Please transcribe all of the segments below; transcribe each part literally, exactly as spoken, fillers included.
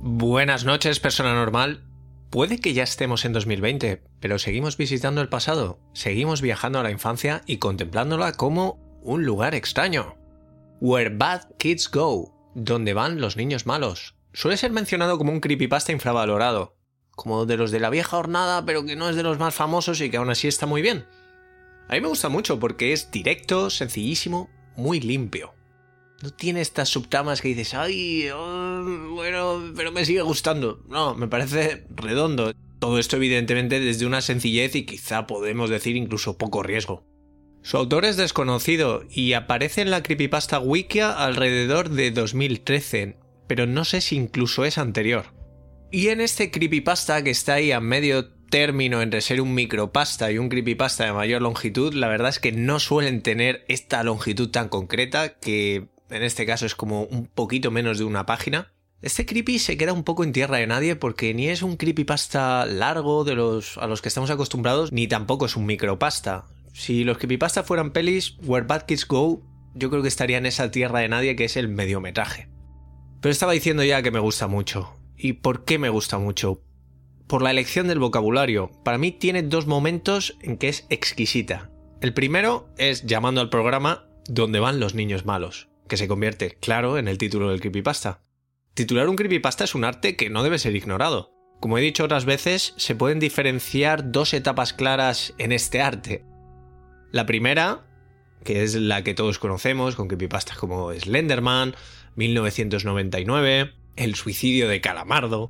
Buenas noches, persona normal. Puede que ya estemos en dos mil veinte, pero seguimos visitando el pasado, seguimos viajando a la infancia y contemplándola como un lugar extraño. Where Bad Kids Go, donde van los niños malos. Suele ser mencionado como un creepypasta infravalorado, como de los de la vieja hornada, pero que no es de los más famosos y que aún así está muy bien. A mí me gusta mucho porque es directo, sencillísimo, muy limpio. No tiene estas subtramas que dices, ay, oh, bueno, pero me sigue gustando. No, me parece redondo. Todo esto evidentemente desde una sencillez y quizá podemos decir incluso poco riesgo. Su autor es desconocido y aparece en la creepypasta Wikia alrededor de dos mil trece, pero no sé si incluso es anterior. Y en este creepypasta que está ahí a medio término entre ser un micropasta y un creepypasta de mayor longitud, la verdad es que no suelen tener esta longitud tan concreta que en este caso es como un poquito menos de una página. Este creepy se queda un poco en tierra de nadie porque ni es un creepypasta largo de los a los que estamos acostumbrados, ni tampoco es un micropasta. Si los creepypasta fueran pelis, Where Bad Kids Go yo creo que estaría en esa tierra de nadie que es el mediometraje. Pero estaba diciendo ya que me gusta mucho. ¿Y por qué me gusta mucho? Por la elección del vocabulario. Para mí tiene dos momentos en que es exquisita. El primero es llamando al programa Donde van los niños malos, que se convierte, claro, en el título del creepypasta. Titular un creepypasta es un arte que no debe ser ignorado. Como he dicho otras veces, se pueden diferenciar dos etapas claras en este arte. La primera, que es la que todos conocemos, con creepypastas como Slenderman, mil novecientos noventa y nueve, El suicidio de Calamardo,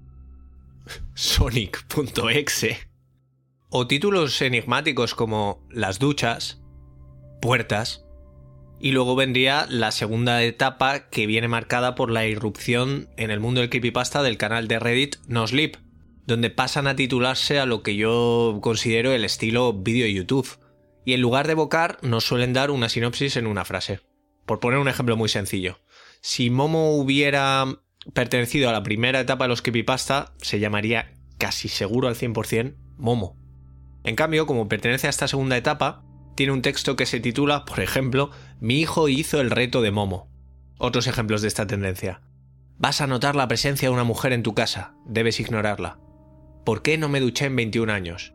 Sonic punto exe, o títulos enigmáticos como Las duchas, Puertas. Y luego vendría la segunda etapa, que viene marcada por la irrupción en el mundo del creepypasta del canal de Reddit No Sleep, donde pasan a titularse a lo que yo considero el estilo vídeo YouTube, y en lugar de evocar nos suelen dar una sinopsis en una frase. Por poner un ejemplo muy sencillo, si Momo hubiera pertenecido a la primera etapa de los creepypasta, se llamaría casi seguro al cien por ciento Momo. En cambio, como pertenece a esta segunda etapa, tiene un texto que se titula, por ejemplo, Mi hijo hizo el reto de Momo. Otros ejemplos de esta tendencia. Vas a notar la presencia de una mujer en tu casa, debes ignorarla. ¿Por qué no me duché en veintiún años?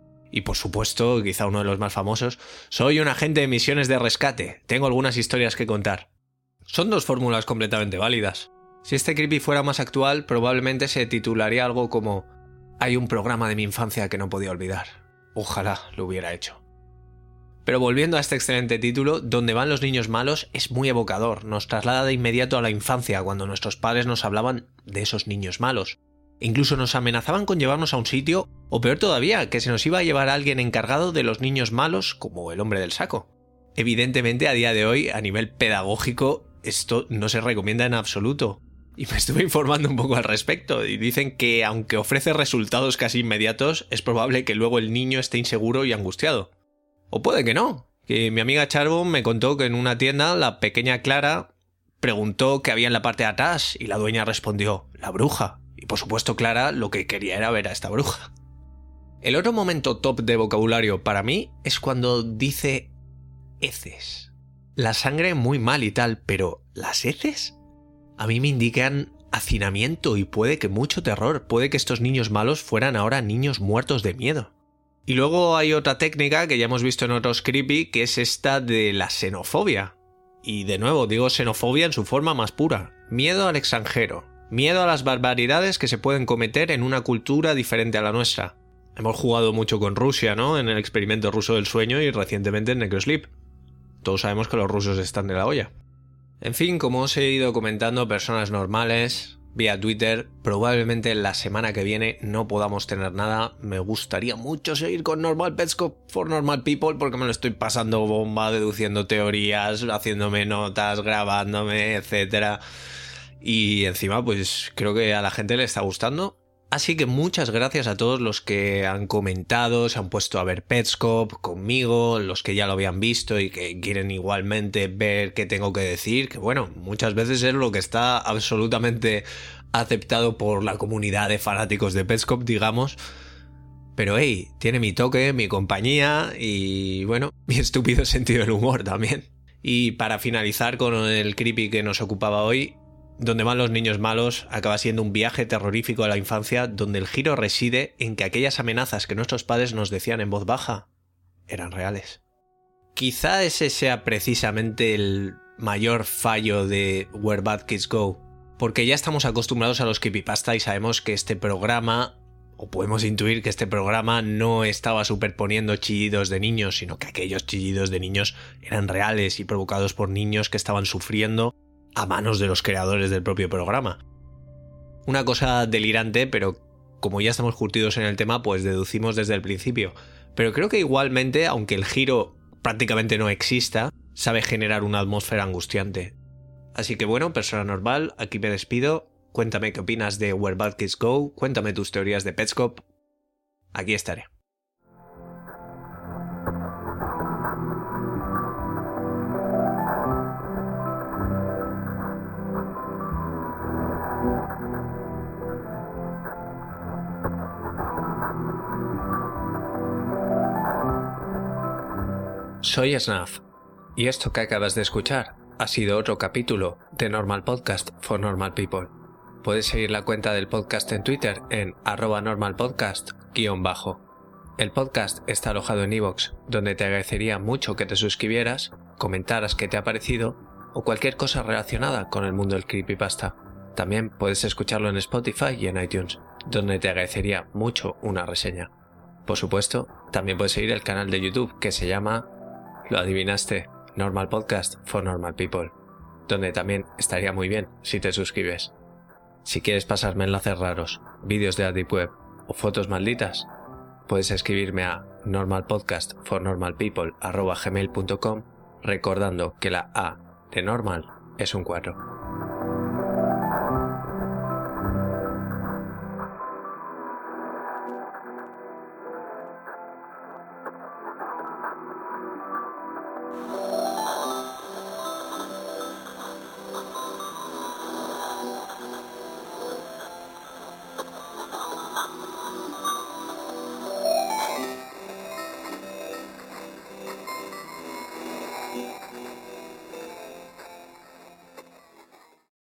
Y por supuesto, quizá uno de los más famosos, soy un agente de misiones de rescate, tengo algunas historias que contar. Son dos fórmulas completamente válidas. Si este creepy fuera más actual, probablemente se titularía algo como Hay un programa de mi infancia que no podía olvidar. Ojalá lo hubiera hecho. Pero volviendo a este excelente título, Donde van los niños malos es muy evocador, nos traslada de inmediato a la infancia cuando nuestros padres nos hablaban de esos niños malos. E incluso nos amenazaban con llevarnos a un sitio, o peor todavía, que se nos iba a llevar a alguien encargado de los niños malos, como el hombre del saco. Evidentemente, a día de hoy, a nivel pedagógico, esto no se recomienda en absoluto. Y me estuve informando un poco al respecto, y dicen que aunque ofrece resultados casi inmediatos, es probable que luego el niño esté inseguro y angustiado. O puede que no, que mi amiga Charbon me contó que en una tienda la pequeña Clara preguntó qué había en la parte de atrás y la dueña respondió, la bruja. Y por supuesto Clara lo que quería era ver a esta bruja. El otro momento top de vocabulario para mí es cuando dice heces. La sangre muy mal y tal, pero ¿las heces? A mí me indican hacinamiento y puede que mucho terror, puede que estos niños malos fueran ahora niños muertos de miedo. Y luego hay otra técnica que ya hemos visto en otros creepy, que es esta de la xenofobia. Y de nuevo digo xenofobia en su forma más pura. Miedo al extranjero. Miedo a las barbaridades que se pueden cometer en una cultura diferente a la nuestra. Hemos jugado mucho con Rusia, ¿no? En el experimento ruso del sueño y recientemente en Necrosleep. Todos sabemos que los rusos están de la olla. En fin, como os he ido comentando, personas normales, vía Twitter, probablemente la semana que viene no podamos tener nada. Me gustaría mucho seguir con Normal Petscop for Normal People porque me lo estoy pasando bomba, deduciendo teorías, haciéndome notas, grabándome, etcétera. Y encima pues creo que a la gente le está gustando. Así que muchas gracias a todos los que han comentado, se han puesto a ver Petscop conmigo, los que ya lo habían visto y que quieren igualmente ver qué tengo que decir, que bueno, muchas veces es lo que está absolutamente aceptado por la comunidad de fanáticos de Petscop, digamos. Pero hey, tiene mi toque, mi compañía y bueno, mi estúpido sentido del humor también. Y para finalizar con el creepy que nos ocupaba hoy, Donde van los niños malos acaba siendo un viaje terrorífico a la infancia donde el giro reside en que aquellas amenazas que nuestros padres nos decían en voz baja eran reales. Quizá ese sea precisamente el mayor fallo de Where Bad Kids Go, porque ya estamos acostumbrados a los creepypasta y sabemos que este programa, o podemos intuir que este programa no estaba superponiendo chillidos de niños, sino que aquellos chillidos de niños eran reales y provocados por niños que estaban sufriendo a manos de los creadores del propio programa. Una cosa delirante, pero como ya estamos curtidos en el tema, pues deducimos desde el principio. Pero creo que igualmente, aunque el giro prácticamente no exista, sabe generar una atmósfera angustiante. Así que bueno, persona normal, aquí me despido. Cuéntame qué opinas de Where Bad Kids Go, cuéntame tus teorías de Petscop. Aquí estaré. Soy Snaf, y esto que acabas de escuchar ha sido otro capítulo de Normal Podcast for Normal People. Puedes seguir la cuenta del podcast en Twitter en arroba normalpodcast guión bajo. El podcast está alojado en iVoox, donde te agradecería mucho que te suscribieras, comentaras qué te ha parecido o cualquier cosa relacionada con el mundo del creepypasta. También puedes escucharlo en Spotify y en iTunes, donde te agradecería mucho una reseña. Por supuesto, también puedes seguir el canal de YouTube que se llama, lo adivinaste, Normal Podcast for Normal People, donde también estaría muy bien si te suscribes. Si quieres pasarme enlaces raros, vídeos de la Deep Web o fotos malditas, puedes escribirme a normalpodcastfornormalpeople arroba gmail punto com recordando que la A de normal es un cuatro.